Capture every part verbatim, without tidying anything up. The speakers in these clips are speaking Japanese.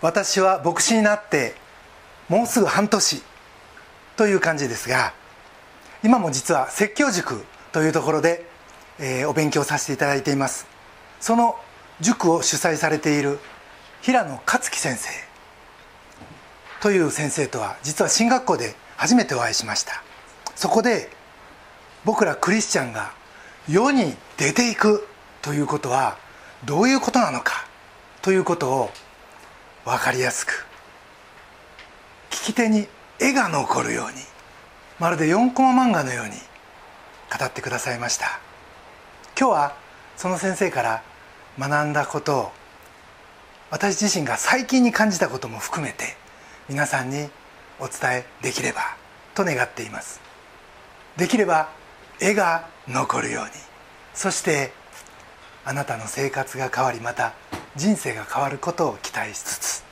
私は牧師になってもうすぐ半年という感じですが、今も実は説教塾というところで、えー、お勉強させていただいています。その塾を主催されている平野克樹先生という先生とは実は進学校で初めてお会いしました。そこで僕らクリスチャンが世に出ていくということはどういうことなのかということを分かりやすく、聞き手に絵が残るように、まるでよんコマ漫画のように語ってくださいました。今日はその先生から学んだことを、私自身が最近に感じたことも含めて皆さんにお伝えできればと願っています。できれば絵が残るように、そしてあなたの生活が変わり、また人生が変わることを期待しつつ、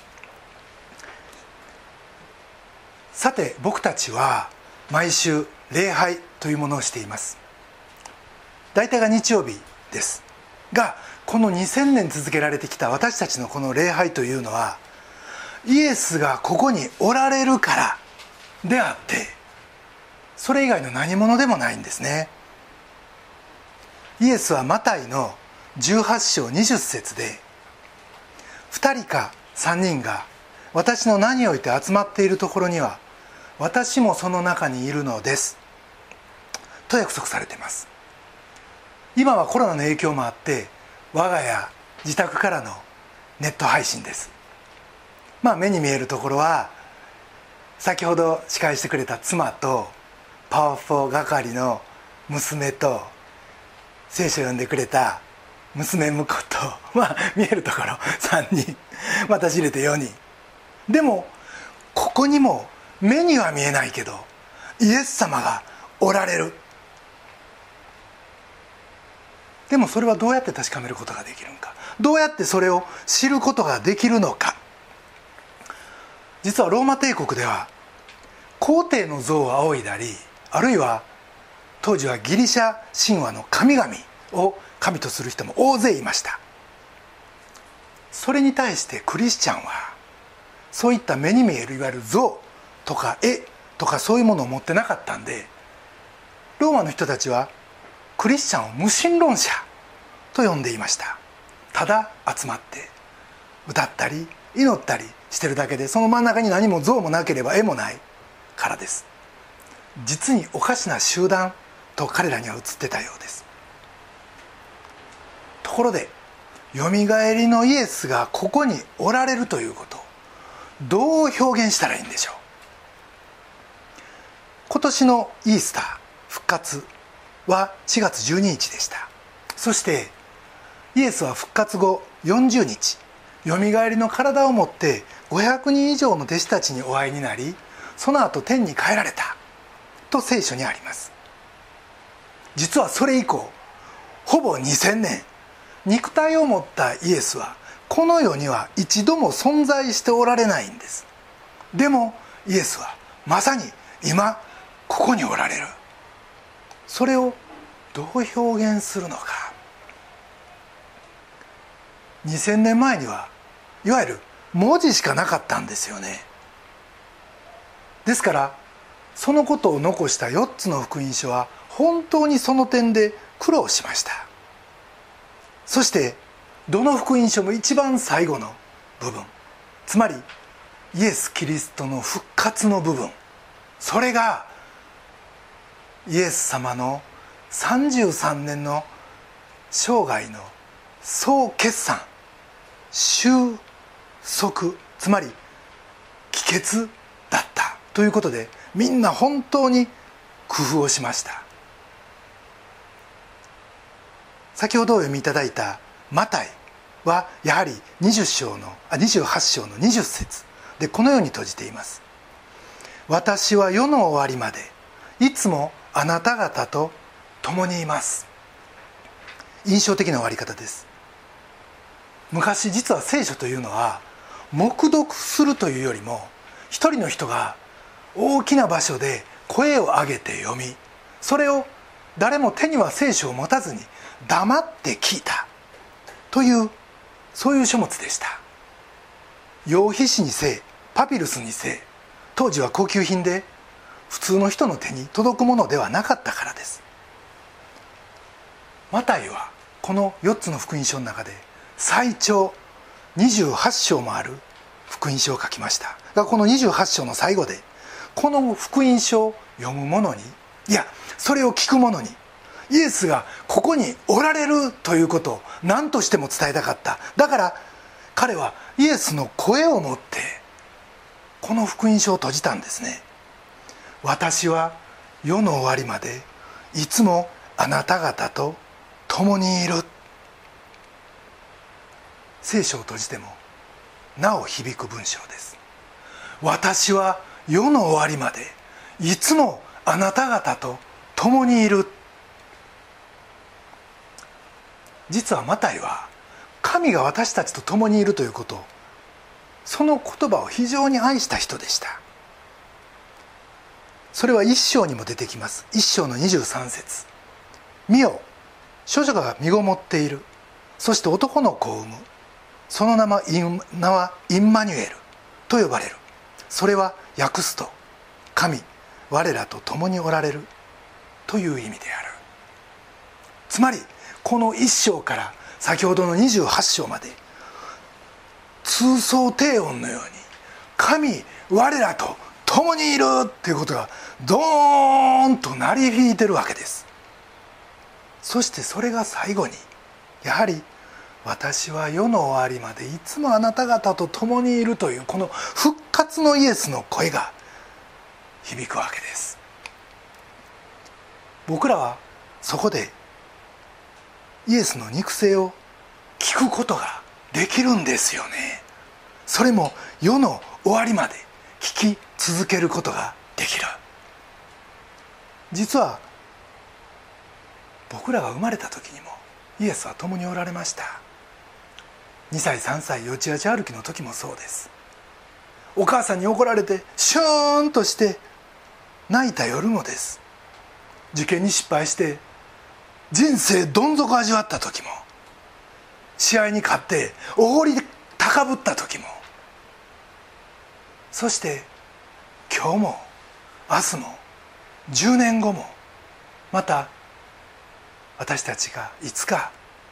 さて僕たちは毎週礼拝というものをしています。大体が日曜日ですが、このにせんねん続けられてきた私たちのこの礼拝というのは、イエスがここにおられるからであって、それ以外の何者でもないんですね。イエスはマタイのじゅうはちしょうにじゅっせつで、ふたりかさんにんが私の名において集まっているところには私もその中にいるのですと約束されています。今はコロナの影響もあって、我が家自宅からのネット配信です。まあ目に見えるところは、先ほど司会してくれた妻とパワフォー係の娘と聖書を読んでくれた娘婿と、まあ見えるところさんにん、私入れてよにん。でもここにも目には見えないけどイエス様がおられる。でもそれはどうやって確かめることができるのか、どうやってそれを知ることができるのか。実はローマ帝国では皇帝の像を仰いだり、あるいは当時はギリシャ神話の神々を神とする人も大勢いました。それに対してクリスチャンはそういった目に見えるいわゆる像とか絵とかそういうものを持ってなかったんで、ローマの人たちはクリスチャンを無神論者と呼んでいました。ただ集まって歌ったり祈ったりしてるだけで、その真ん中に何も像もなければ絵もないからです。実におかしな集団と彼らには映ってたようです。ところで、よみがえりのイエスがここにおられるということをどう表現したらいいんでしょう。今年のイースター復活はしがつじゅうににちでした。そしてイエスは復活後よんじゅうにち、よみがえりの体を持ってごひゃくにん以上の弟子たちにお会いになり、その後天に帰られたと聖書にあります。実はそれ以降ほぼにせんねん、肉体を持ったイエスはこの世には一度も存在しておられないんです。でもイエスはまさに今ここにおられる。それをどう表現するのか。にせんねんまえにはいわゆる文字しかなかったんですよね。ですからそのことを残したよっつの福音書は本当にその点で苦労しました。そしてどの福音書も一番最後の部分、つまりイエス・キリストの復活の部分、それがイエス様のさんじゅうさんねんの生涯の総決算、収束、つまり帰結だったということで、みんな本当に工夫をしました。先ほどお読みいただいたマタイはやはりにじゅっしょうのあにじゅうはちしょうのにじゅっせつでこのように閉じています。私は世の終わりまでいつもあなた方と共にいます。印象的な終わり方です。昔実は聖書というのは黙読するというよりも、一人の人が大きな場所で声を上げて読み、それを誰も手には聖書を持たずに黙って聞いたという、そういう書物でした。 羊皮紙にせいパピルスにせい当時は高級品で普通の人の手に届くものではなかったからです。マタイはこのよっつの福音書の中で最長にじゅうはち章もある福音書を書きましたが、このにじゅうはち章の最後でこの福音書を読む者に、いやそれを聞く者にイエスがここにおられるということを何としても伝えたかった。だから彼はイエスの声を持ってこの福音書を閉じたんですね。私は世の終わりまでいつもあなた方と共にいる。聖書を閉じてもなお響く文章です。私は世の終わりまでいつもあなた方と共にいる。実はマタイは神が私たちと共にいるということ、その言葉を非常に愛した人でした。それは一章にも出てきます。一章のにじゅうさん節、見よ処女が身ごもっている、そして男の子を産む、その名はイン名はインマニュエルと呼ばれる。それは訳すと神我らと共におられるという意味である。つまりこの一章から先ほどのにじゅうはち章まで通奏低音のように神我らと共にいるっていうことがドーンと鳴り響いてるわけです。そしてそれが最後にやはり私は世の終わりまでいつもあなた方と共にいるというこの復活のイエスの声が響くわけです。僕らはそこでイエスの肉声を聞くことができるんですよね。それも世の終わりまで聞き続けることができる。実は僕らが生まれた時にもイエスは共におられました。にさいさんさいよちよち歩きの時もそうです。お母さんに怒られてシューンとして泣いた夜もです。受験に失敗して人生どん底味わった時も、試合に勝っておごり高ぶった時も、そして今日も明日もじゅうねんごも、また私たちがいつか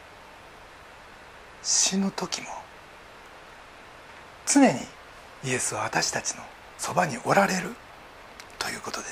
死ぬ時も常にイエスは私たちのそばにおられるということです。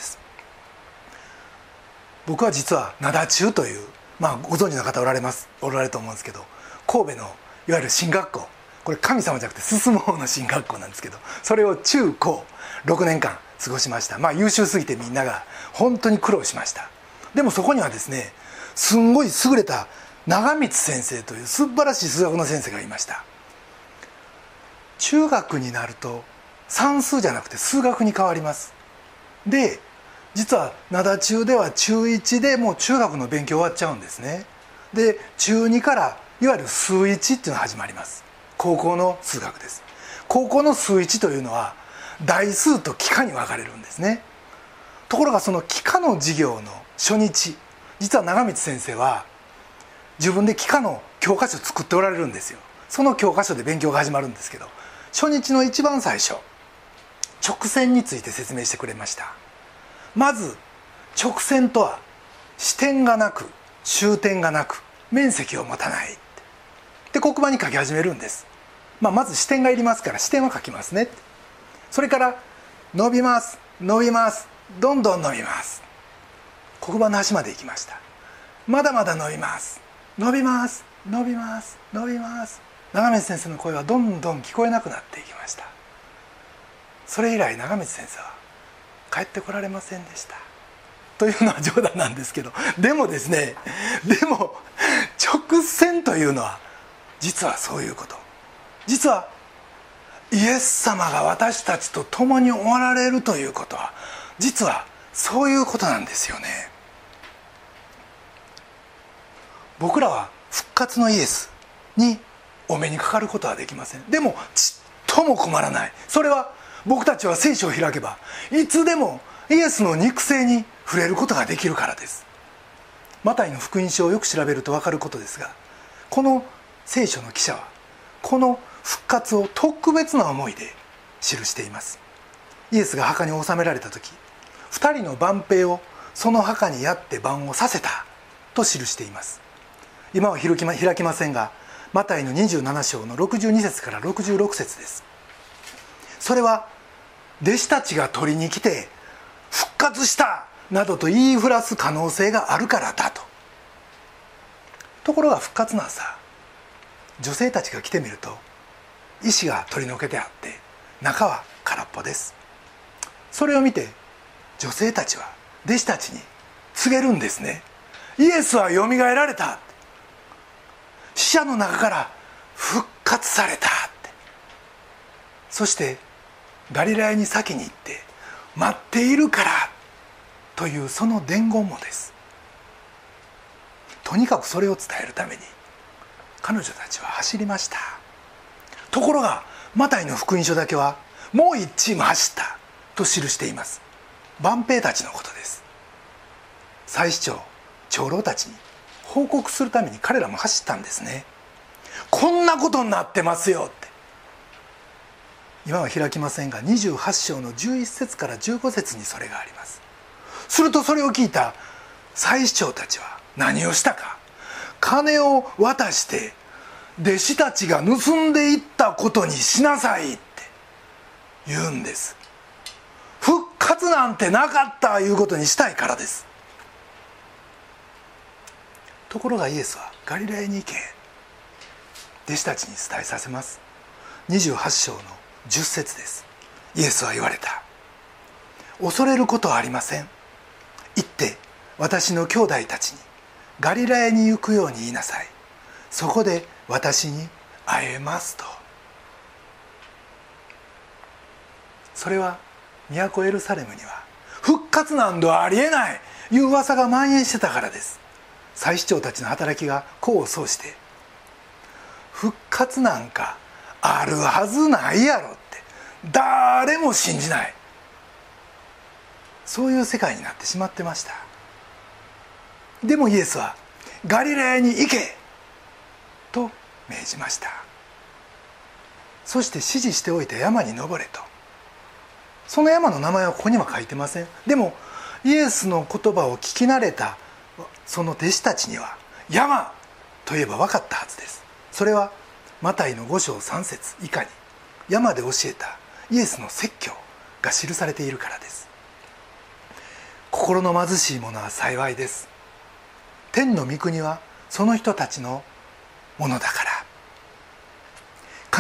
僕は実は灘中という、まあご存知の方おられますおられると思うんですけど、神戸のいわゆる進学校、これ神様じゃなくて進む方の進学校なんですけど、それを中高ろくねんかん過ごしました。まあ優秀すぎてみんなが本当に苦労しました。でもそこにはですね、すんごい優れた長光先生という素晴らしい数学の先生がいました。中学になると算数じゃなくて数学に変わります。で実は灘中では中いちでもう中学の勉強終わっちゃうんですね。で中にからいわゆる数いちっていうのが始まります。高校の数学です。高校の数いちというのは代数と幾何に分かれるんですね。ところがその幾何の授業の初日、実は長光先生は自分で幾何の教科書を作っておられるんですよ。その教科書で勉強が始まるんですけど、初日の一番最初、直線について説明してくれました。まず直線とは支点がなく終点がなく面積を持たないで黒板に書き始めるんです。まあ、まず支点がいりますから支点は書きますね。それから伸びます伸びますどんどん伸びます。黒板の端まで行きました。まだまだ伸びます伸びます伸びます伸びます。長光先生の声はどんどん聞こえなくなっていきました。それ以来長光先生は帰ってこられませんでしたというのは冗談なんですけど、でもですね、でも直線というのは実はそういうこと。実はイエス様が私たちと共におられるということは実はそういうことなんですよね。僕らは復活のイエスにお目にかかることはできません。でもちっとも困らない。それは僕たちは聖書を開けばいつでもイエスの肉声に触れることができるからです。マタイの福音書をよく調べると分かることですが、この聖書の記者はこの復活を特別な思いで記しています。イエスが墓に納められた時、二人の番兵をその墓にやって番をさせたと記しています。今は開きま、開きませんが、マタイのにじゅうなな章のろくじゅうに節からろくじゅうろく節です。それは弟子たちが取りに来て復活したなどと言いふらす可能性があるからだと。ところが復活の朝、女性たちが来てみると石が取り除けてあって中は空っぽです。それを見て女性たちは弟子たちに告げるんですね。イエスはよみがえられた、死者の中から復活されたって。そしてガリラヤに先に行って待っているからというその伝言もです。とにかくそれを伝えるために彼女たちは走りました。ところがマタイの福音書だけはもう一チーム走ったと記しています。番兵たちのことです。祭司長、長老たちに報告するために彼らも走ったんですね。こんなことになってますよって。今は開きませんがにじゅうはち章のじゅういち節からじゅうご節にそれがあります。するとそれを聞いた祭司長たちは何をしたか。金を渡して弟子たちが盗んでいったことにしなさいって言うんです。復活なんてなかったいうことにしたいからです。ところがイエスはガリラヤに行け、弟子たちに伝えさせます。にじゅうはち章のじゅっ節です。イエスは言われた。恐れることはありません。行って私の兄弟たちにガリラヤに行くように言いなさい。そこで私に会えますと。それは都エルサレムには復活なんぞありえないいう噂が蔓延してたからです。祭司長たちの働きが功を奏して復活なんかあるはずないやろって誰も信じない、そういう世界になってしまってました。でもイエスはガリラヤに行けと命じました。そして指示しておいた山に登れと。その山の名前はここには書いてません。でもイエスの言葉を聞き慣れたその弟子たちには山といえば分かったはずです。それはマタイのご章さん節以下に山で教えたイエスの説教が記されているからです。心の貧しい者は幸いです。天の御国はその人たちのものだから。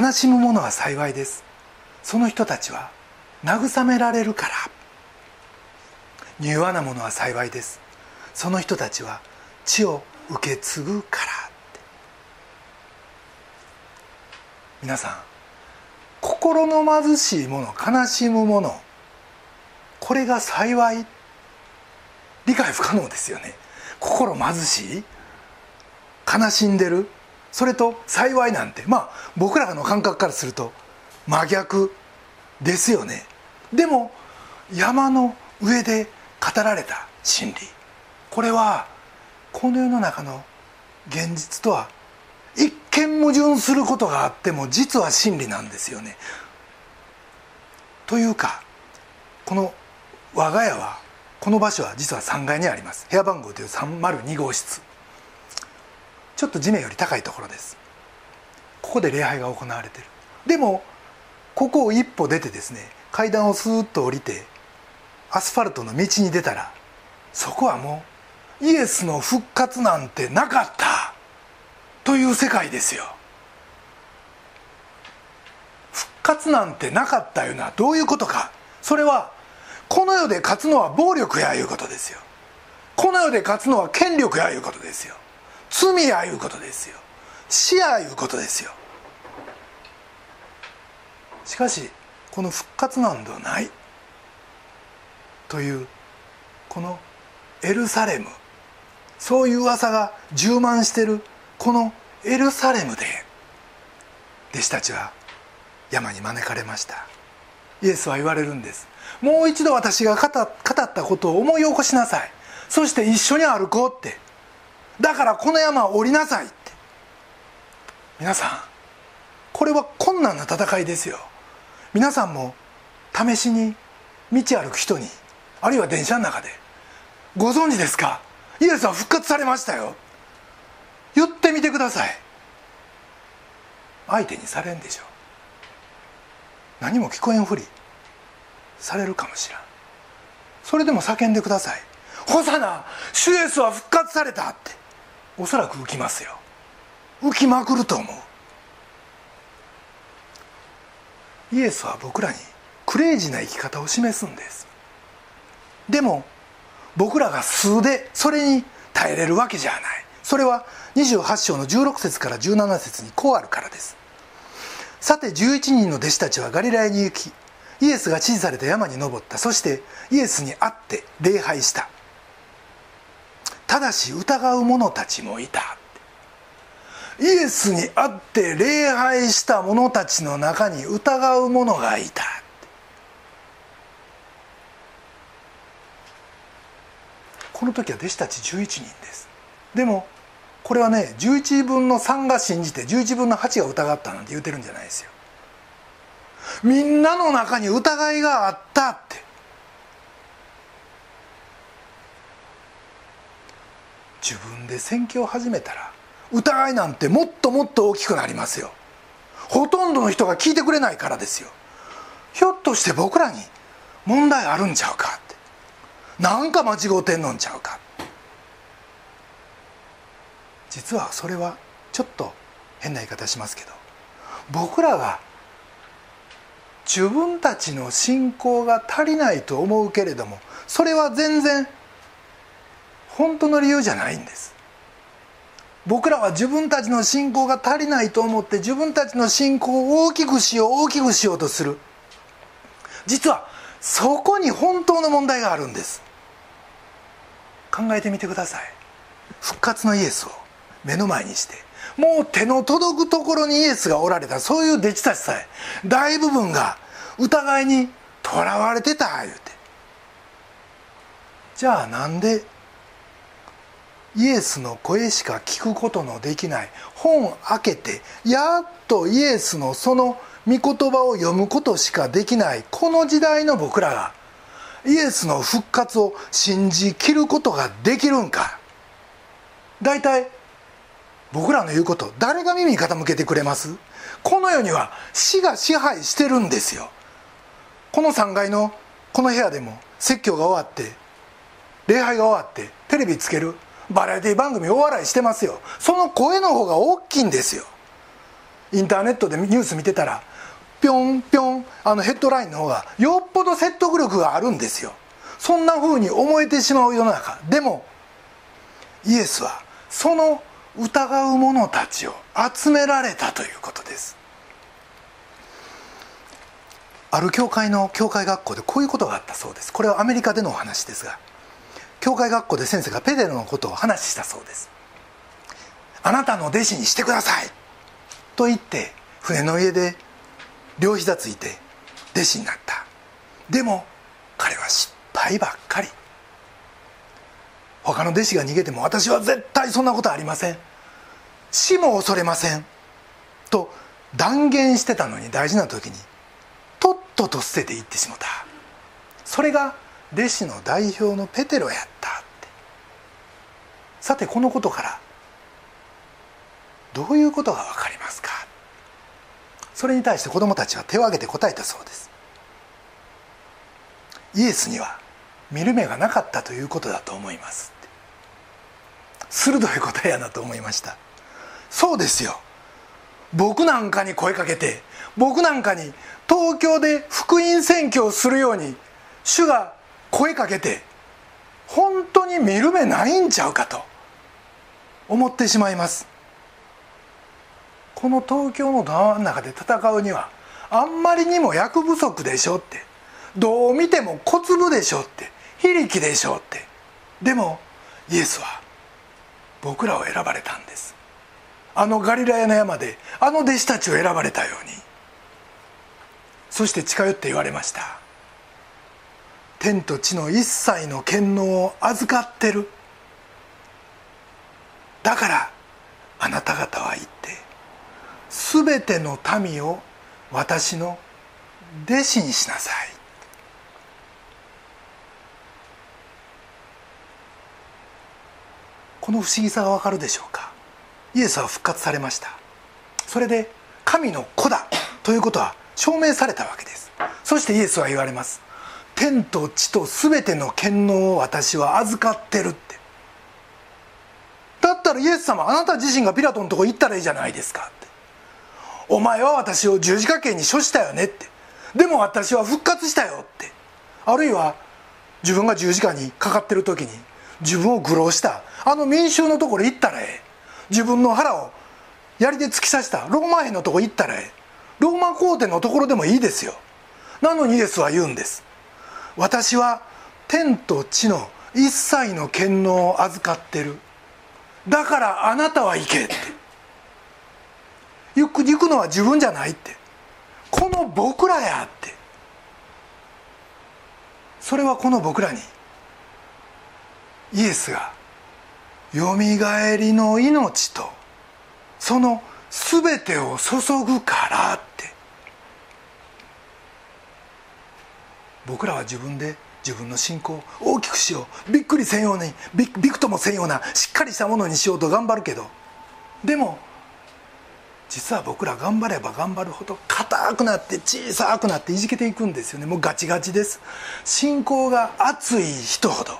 悲しむ者は幸いです。その人たちは慰められるから。柔和な者は幸いです。その人たちは地を受け継ぐからって。皆さん、心の貧しい者、悲しむ者、これが幸い、理解不可能ですよね。心貧しい、悲しんでる、それと幸いなんて、まあ僕らの感覚からすると真逆ですよね。でも山の上で語られた真理、これはこの世の中の現実とは一見矛盾することがあっても実は真理なんですよね。というか、この我が家はこの場所は実はさんがいにあります。部屋番号というさんまるに号室、ちょっと地面より高いところです。ここで礼拝が行われている。でもここを一歩出てですね、階段をスーッと降りてアスファルトの道に出たら、そこはもうイエスの復活なんてなかったという世界ですよ。復活なんてなかったいうのはどういうことか。それはこの世で勝つのは暴力やいうことですよ。この世で勝つのは権力やいうことですよ。罪やいうことですよ。死やいうことですよ。しかしこの復活なんではないというこのエルサレム、そういう噂が充満しているこのエルサレムで弟子たちは山に招かれました。イエスは言われるんです。もう一度私が語ったことを思い起こしなさい。そして一緒に歩こうって。だからこの山を降りなさいって。皆さん、 これは困難な戦いですよ。皆さんも試しに道歩く人に、あるいは電車の中で、ご存知ですか、イエスは復活されましたよ、言ってみてください。相手にされんでしょう。何も聞こえんふりされるかもしれん。それでも叫んでください。ホサナ、主イエスは復活されたって。おそらく浮きますよ。浮きまくると思う。イエスは僕らにクレイジーな生き方を示すんです。でも僕らが素でそれに耐えれるわけじゃない。それはにじゅうはち章のじゅうろく節からじゅうなな節にこうあるからです。さてじゅういちにんの弟子たちはガリラヤに行き、イエスが指示された山に登った。そしてイエスに会って礼拝した。ただし疑う者たちもいた。イエスに会って礼拝した者たちの中に疑う者がいた。この時は弟子たちじゅういちにんです。でもこれはね、じゅういちぶんのさんが信じてじゅういちぶんのはちが疑ったなんて言うてるんじゃないですよ。みんなの中に疑いがあったって。自分で宣教を始めたら疑いなんてもっともっと大きくなりますよ。ほとんどの人が聞いてくれないからですよ。ひょっとして僕らに問題あるんちゃうかって、なんか間違うてんのんちゃうか。実はそれはちょっと変な言い方しますけど、僕らが自分たちの信仰が足りないと思うけれども、それは全然本当の理由じゃないんです。僕らは自分たちの信仰が足りないと思って自分たちの信仰を大きくしよう大きくしようとする。実はそこに本当の問題があるんです。考えてみてください。復活のイエスを目の前にして、もう手の届くところにイエスがおられた、そういう弟子たちさえ大部分が疑いにとらわれてた言うて、じゃあなんでイエスの声しか聞くことのできない、本開けてやっとイエスのその御言葉を読むことしかできないこの時代の僕らがイエスの復活を信じきることができるんか。だいたい僕らの言うこと誰が耳傾けてくれます？この世には死が支配してるんですよ。このさんがいのこの部屋でも説教が終わって礼拝が終わってテレビつけるバラエティ番組大笑いしてますよ。その声の方が大きいんですよ。インターネットでニュース見てたらぴょんぴょん、あのヘッドラインの方がよっぽど説得力があるんですよ。そんな風に思えてしまう世の中でも、イエスはその疑う者たちを集められたということです。ある教会の教会学校でこういうことがあったそうです。これはアメリカでのお話ですが、教会学校で先生がペテロのことを話したそうです。あなたの弟子にしてくださいと言って船の上で両膝ついて弟子になった。でも彼は失敗ばっかり。他の弟子が逃げても私は絶対そんなことありません、死も恐れませんと断言してたのに、大事な時にとっとと捨てていってしもた。それが弟子の代表のペテロやったって。さてこのことからどういうことが分かりますか。それに対して子どもたちは手を挙げて答えたそうです。イエスには見る目がなかったということだと思いますって。鋭い答えやなと思いました。そうですよ。僕なんかに声かけて、僕なんかに東京で福音宣教をするように主が声かけて、本当に見る目ないんちゃうかと思ってしまいます。この東京のど真ん中で戦うにはあんまりにも役不足でしょって、どう見ても小粒でしょって、非力でしょって。でもイエスは僕らを選ばれたんです。あのガリラヤの山であの弟子たちを選ばれたように。そして近寄って言われました。天と地の一切の権能を預かってる。だからあなた方は言ってすべての民を私の弟子にしなさい。この不思議さがわかるでしょうか。イエスは復活されました。それで神の子だということは証明されたわけです。そしてイエスは言われます。天と地とすべての権能を私は預かってるって。だったらイエス様、あなた自身がピラトのとこ行ったらいいじゃないですかって。お前は私を十字架刑に処したよねって。でも私は復活したよって。あるいは自分が十字架にかかってる時に自分を愚弄したあの民衆のところ行ったらええ。自分の腹を槍で突き刺したローマ兵のところ行ったらええ。ローマ皇帝のところでもいいですよ。なのにイエスは言うんです。私は天と地の一切の権能を預かってる。だからあなたは行けって。行く、行くのは自分じゃないって。この僕らやって。それはこの僕らにイエスがよみがえりの命とその全てを注ぐからって。僕らは自分で自分の信仰を大きくしよう、びっくりせんようにびびくともせんようなしっかりしたものにしようと頑張るけど、でも実は僕ら頑張れば頑張るほど硬くなって小さくなっていじけていくんですよね。もうガチガチです。信仰が熱い人ほど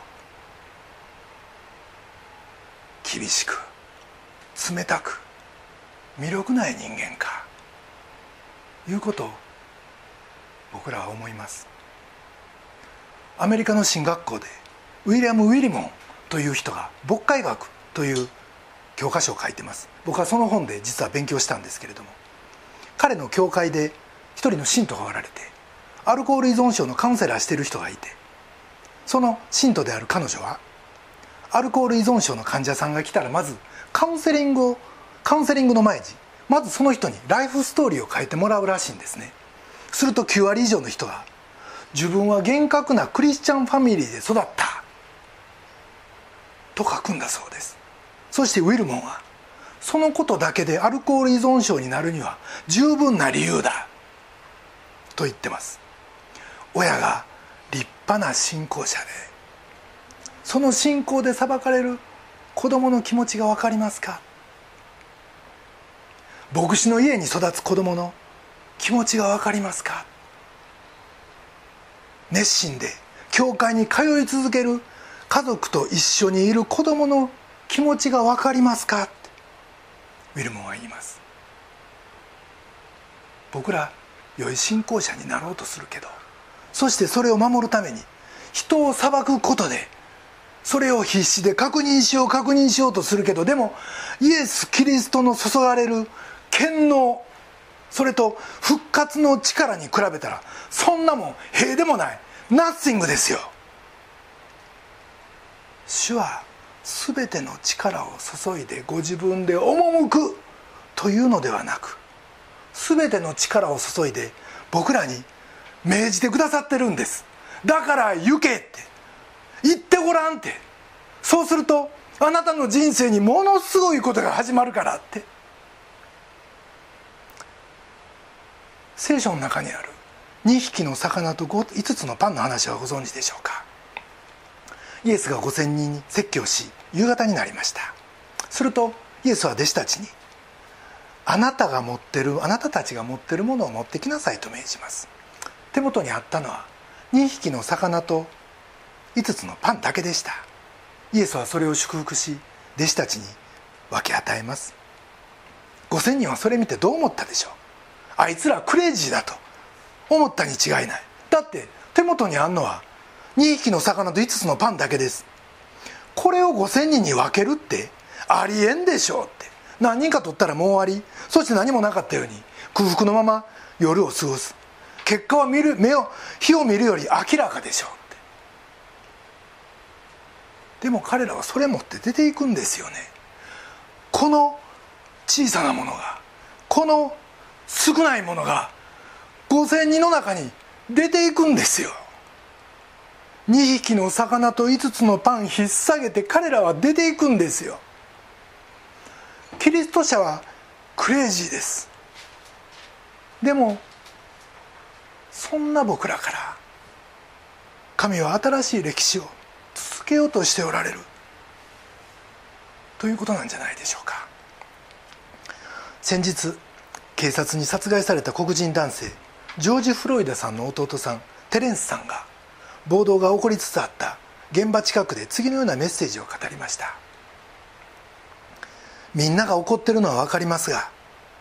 厳しく冷たく魅力ない人間かいうことを僕らは思います。アメリカの神学校でウィリアム・ウィリモンという人が牧会学という教科書を書いてます。僕はその本で実は勉強したんですけれども、彼の教会で一人の信徒がおられて、アルコール依存症のカウンセラーしている人がいて、その信徒である彼女はアルコール依存症の患者さんが来たらまずカウンセリングをカウンセリングの前にまずその人にライフストーリーを書いてもらうらしいんですね。するときゅうわり以上の人が自分は厳格なクリスチャンファミリーで育ったと書くんだそうです。そしてウィルモンはそのことだけでアルコール依存症になるには十分な理由だと言ってます。親が立派な信仰者でその信仰で裁かれる子供の気持ちが分かりますか。牧師の家に育つ子供の気持ちが分かりますか。熱心で教会に通い続ける家族と一緒にいる子供の気持ちが分かりますかってウィルモンは言います。僕ら良い信仰者になろうとするけど、そしてそれを守るために人を裁くことでそれを必死で確認しよう確認しようとするけど、でもイエス・キリストの注がれる権能、それと復活の力に比べたらそんなもんへいでもないナッシングですよ。主は全ての力を注いでご自分で赴くというのではなく、全ての力を注いで僕らに命じてくださってるんです。だから行けって言ってごらんって。そうするとあなたの人生にものすごいことが始まるからって。聖書の中にあるにひきの魚といつつのパンの話はご存知でしょうか。イエスがごせんにんに説教し夕方になりました。するとイエスは弟子たちにあなたが持ってるあなたたちが持ってるものを持ってきなさいと命じます。手元にあったのはにひきの魚といつつのパンだけでした。イエスはそれを祝福し弟子たちに分け与えます。ごせんにんはそれ見てどう思ったでしょう。あいつらクレイジーだと思ったに違いない。だって手元にあんのはにひきの魚といつつのパンだけです。これをごせんにんに分けるってありえんでしょうって。何人か取ったらもう終わり、そして何もなかったように空腹のまま夜を過ごす。結果は見る目を火を見るより明らかでしょうって。でも彼らはそれ持って出ていくんですよね。この小さなものが、この少ないものがごせんにんの中に出ていくんですよ。にひきの魚といつつのパン引っ提げて彼らは出ていくんですよ。キリスト者はクレイジーです。 でもそんな僕らから神は新しい歴史を続けようとしておられるということなんじゃないでしょうか。先日警察に殺害された黒人男性ジョージ・フロイドさんの弟さんテレンスさんが暴動が起こりつつあった現場近くで次のようなメッセージを語りました。みんなが怒ってるのは分かりますが、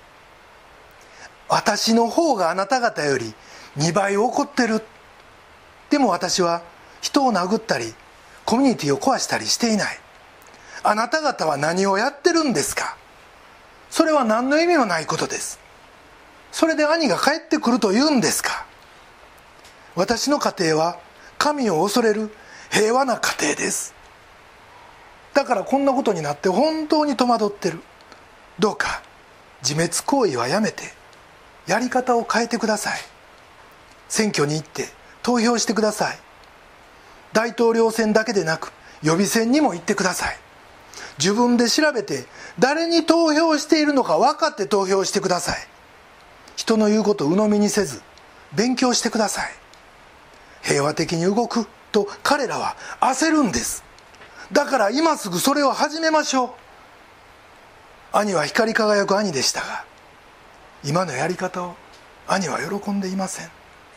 私の方があなた方よりにばい怒ってる。でも私は人を殴ったりコミュニティを壊したりしていない。あなた方は何をやってるんですか。それは何の意味もないことです。それで兄が帰ってくると言うんですか。私の家庭は神を恐れる平和な家庭です。だからこんなことになって本当に戸惑ってる。どうか自滅行為はやめてやり方を変えてください。選挙に行って投票してください。大統領選だけでなく予備選にも行ってください。自分で調べて誰に投票しているのか分かって投票してください。人の言うことを鵜呑みにせず勉強してください。平和的に動くと彼らは焦るんです。だから今すぐそれを始めましょう。兄は光り輝く兄でしたが、今のやり方を兄は喜んでいません。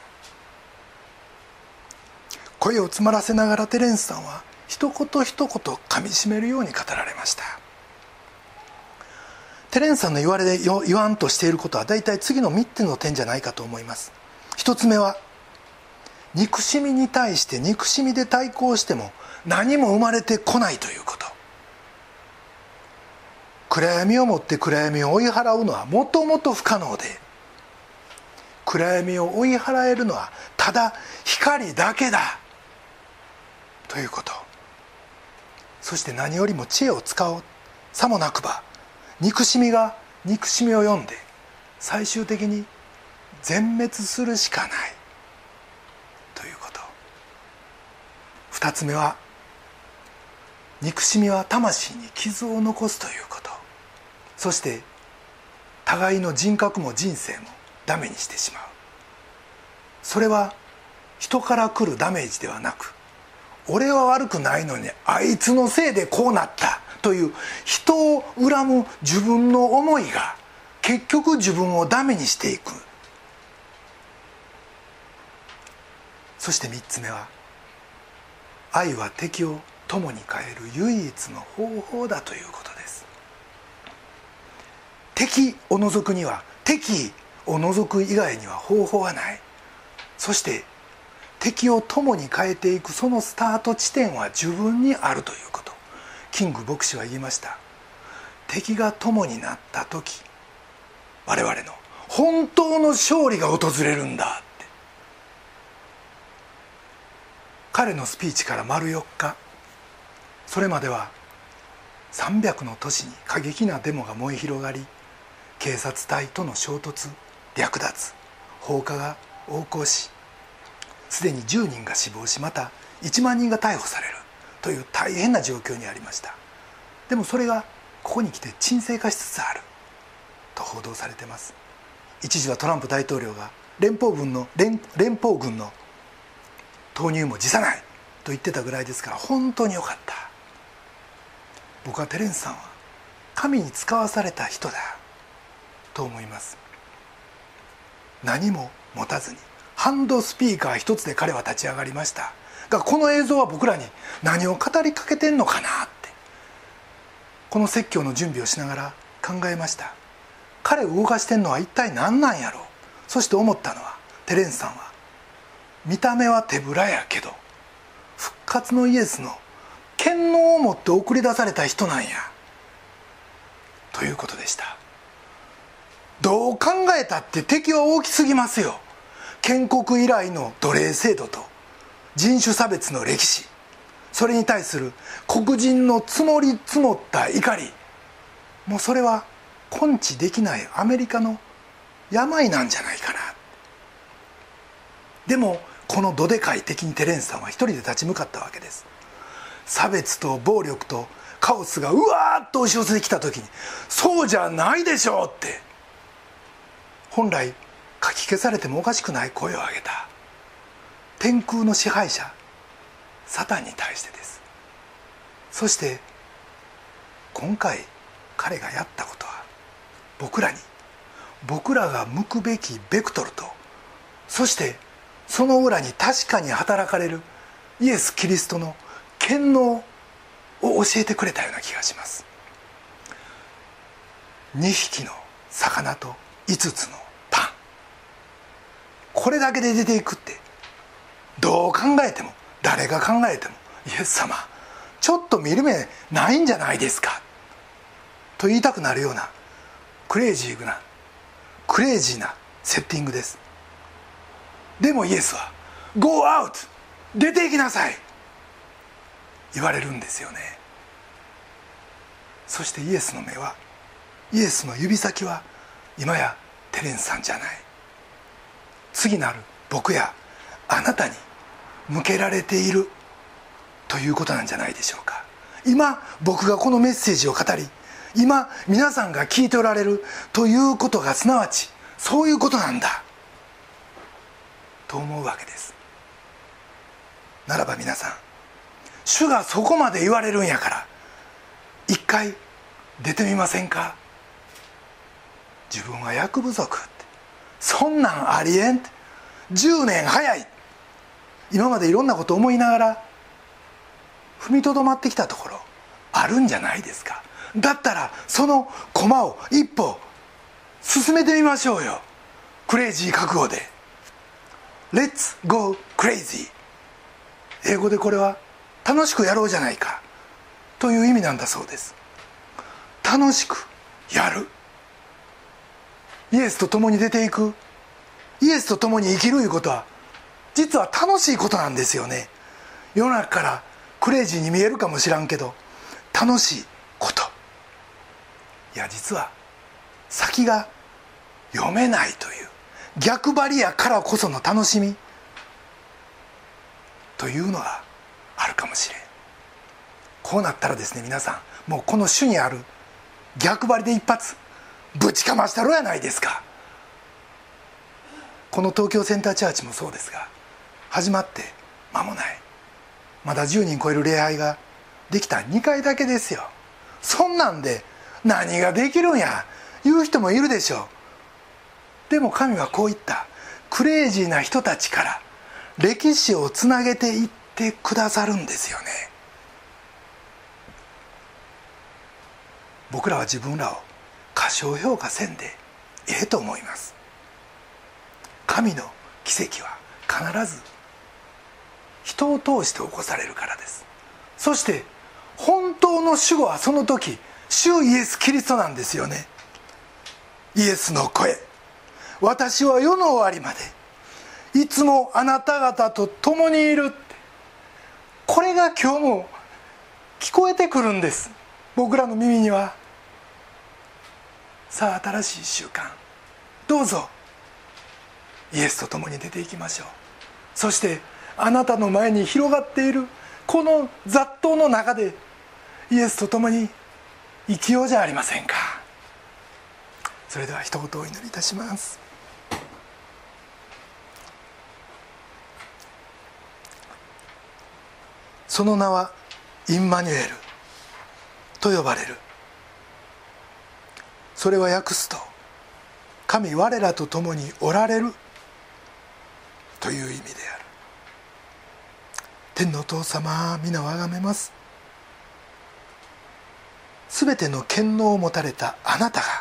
声を詰まらせながらテレンスさんは一言一言かみしめるように語られました。テレンスさんの言われ言わんとしていることは大体次のみっつの点じゃないかと思います。一つ目は、憎しみに対して憎しみで対抗しても何も生まれてこないということ。暗闇をもって暗闇を追い払うのはもともと不可能で、暗闇を追い払えるのはただ光だけだということ。そして何よりも知恵を使おう。さもなくば憎しみが憎しみを呼んで最終的に全滅するしかないということ。二つ目は、憎しみは魂に傷を残すということ。そして互いの人格も人生もダメにしてしまう。それは人から来るダメージではなく、俺は悪くないのにあいつのせいでこうなったという人を恨む自分の思いが結局自分をダメにしていく。そして三つ目は、愛は敵を友に変える唯一の方法だということです。敵を除くには、敵を除く以外には方法はない。そして敵を友に変えていくそのスタート地点は自分にあるということ。キング牧師は言いました。敵が友になった時、我々の本当の勝利が訪れるんだって。彼のスピーチから丸よっか、それまではさんびゃくの都市に過激なデモが燃え広がり、警察隊との衝突、略奪、放火が横行し、すでにじゅうにんが死亡し、またいちまんにんが逮捕されるという大変な状況にありました。でもそれがここに来て沈静化しつつあると報道されています。一時はトランプ大統領が連邦軍の 連, 連邦軍の投入も辞さないと言ってたぐらいですから、本当によかった。僕はテレンスさんは神に使わされた人だと思います。何も持たずにハンドスピーカー一つで彼は立ち上がりましたが、この映像は僕らに何を語りかけてんのかなって、この説教の準備をしながら考えました。彼を動かしてんのは一体何なんやろう。そして思ったのは、テレンスさんは見た目は手ぶらやけど復活のイエスの権能を持って送り出された人なんやということでした。どう考えたって敵は大きすぎますよ。建国以来の奴隷制度と人種差別の歴史、それに対する黒人の積もり積もった怒り、もうそれは根治できないアメリカの病なんじゃないかな。でもこのどでかい敵にテレンスさんは一人で立ち向かったわけです。差別と暴力とカオスがうわーっと押し寄せてきた時に、そうじゃないでしょうって、本来かき消されてもおかしくない声を上げた天空の支配者サタンに対してです。そして今回彼がやったことは、僕らに僕らが向くべきベクトルと、そしてその裏に確かに働かれるイエス・キリストの権能を教えてくれたような気がします。にひきの魚といつつのパン、これだけで出ていくって、どう考えても誰が考えてもイエス様ちょっと見る目ないんじゃないですかと言いたくなるようなクレイジーなクレイジーなセッティングです。でもイエスは Go out! 出て行きなさい言われるんですよね。そしてイエスの目は、イエスの指先は今やテレンスさんじゃない、次なる僕やあなたに向けられているということなんじゃないでしょうか。今僕がこのメッセージを語り、今皆さんが聞いておられるということが、すなわちそういうことなんだと思うわけです。ならば皆さん、主がそこまで言われるんやから一回出てみませんか。自分は役不足って、そんなんありえんって、じゅうねん早い、今までいろんなこと思いながら踏みとどまってきたところあるんじゃないですか。だったらその駒を一歩進めてみましょうよ。クレイジー覚悟で Let's go crazy。 英語でこれは楽しくやろうじゃないかという意味なんだそうです。楽しくやる、イエスと共に出ていく、イエスと共に生きるいうことは実は楽しいことなんですよね。世の中からクレイジーに見えるかもしらんけど、楽しいこと、いや実は先が読めないという逆張りやからこその楽しみというのがあるかもしれん。こうなったらですね、皆さんもうこの主にある逆張りで一発ぶちかましたろやないですか。この東京センターチャーチもそうですが、始まって間もない、まだじゅうにん超える礼拝ができたにかいだけですよ。そんなんで何ができるんや言う人もいるでしょう。でも神はこういったクレイジーな人たちから歴史をつなげていってくださるんですよね。僕らは自分らを過小評価せんでええと思います。神の奇跡は必ず人を通して起こされるからです。そして本当の主語はその時主イエス・キリストなんですよね。イエスの声、私は世の終わりまでいつもあなた方と共にいるって、これが今日も聞こえてくるんです、僕らの耳には。さあ新しい習慣、どうぞイエスと共に出ていきましょう。そしてあなたの前に広がっているこの雑踏の中でイエスと共に生きようじゃありませんか。それでは一言お祈りいたします。その名はインマニュエルと呼ばれる。それは訳すと神我らと共におられるという意味である。天のお父様、皆をあがめます。すべての権能を持たれたあなたが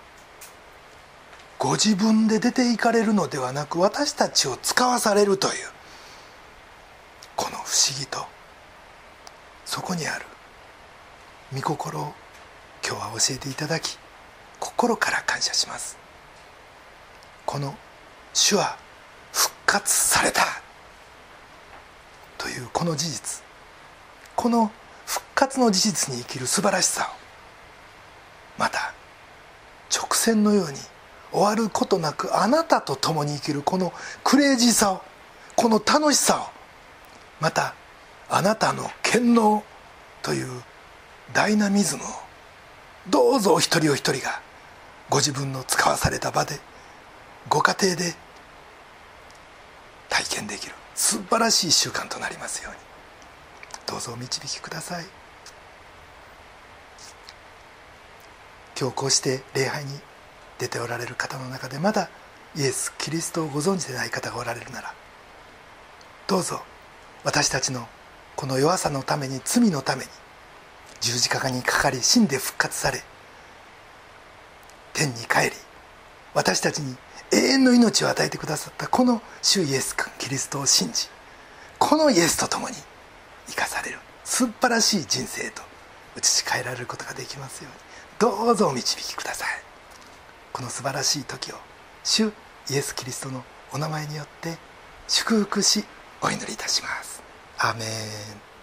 ご自分で出て行かれるのではなく、私たちを使わされるというこの不思議とそこにある御心を今日は教えていただき、心から感謝します。この主は復活されたというこの事実、この復活の事実に生きる素晴らしさを、また直線のように終わることなくあなたと共に生きるこのクレイジーさを、この楽しさを、またあなたの権能というダイナミズムを、どうぞお一人お一人がご自分の使わされた場でご家庭で体験できる素晴らしい習慣となりますようにどうぞお導きください。今日こうして礼拝に出ておられる方の中でまだイエス・キリストをご存じでない方がおられるなら、どうぞ私たちのこの弱さのために、罪のために十字架にかかり死んで復活され天に帰り私たちに永遠の命を与えてくださったこの主イエスキリストを信じ、このイエスと共に生かされる素晴らしい人生と移し替えられることができますようにどうぞお導きください。この素晴らしい時を主イエスキリストのお名前によって祝福しお祈りいたします。アーメン。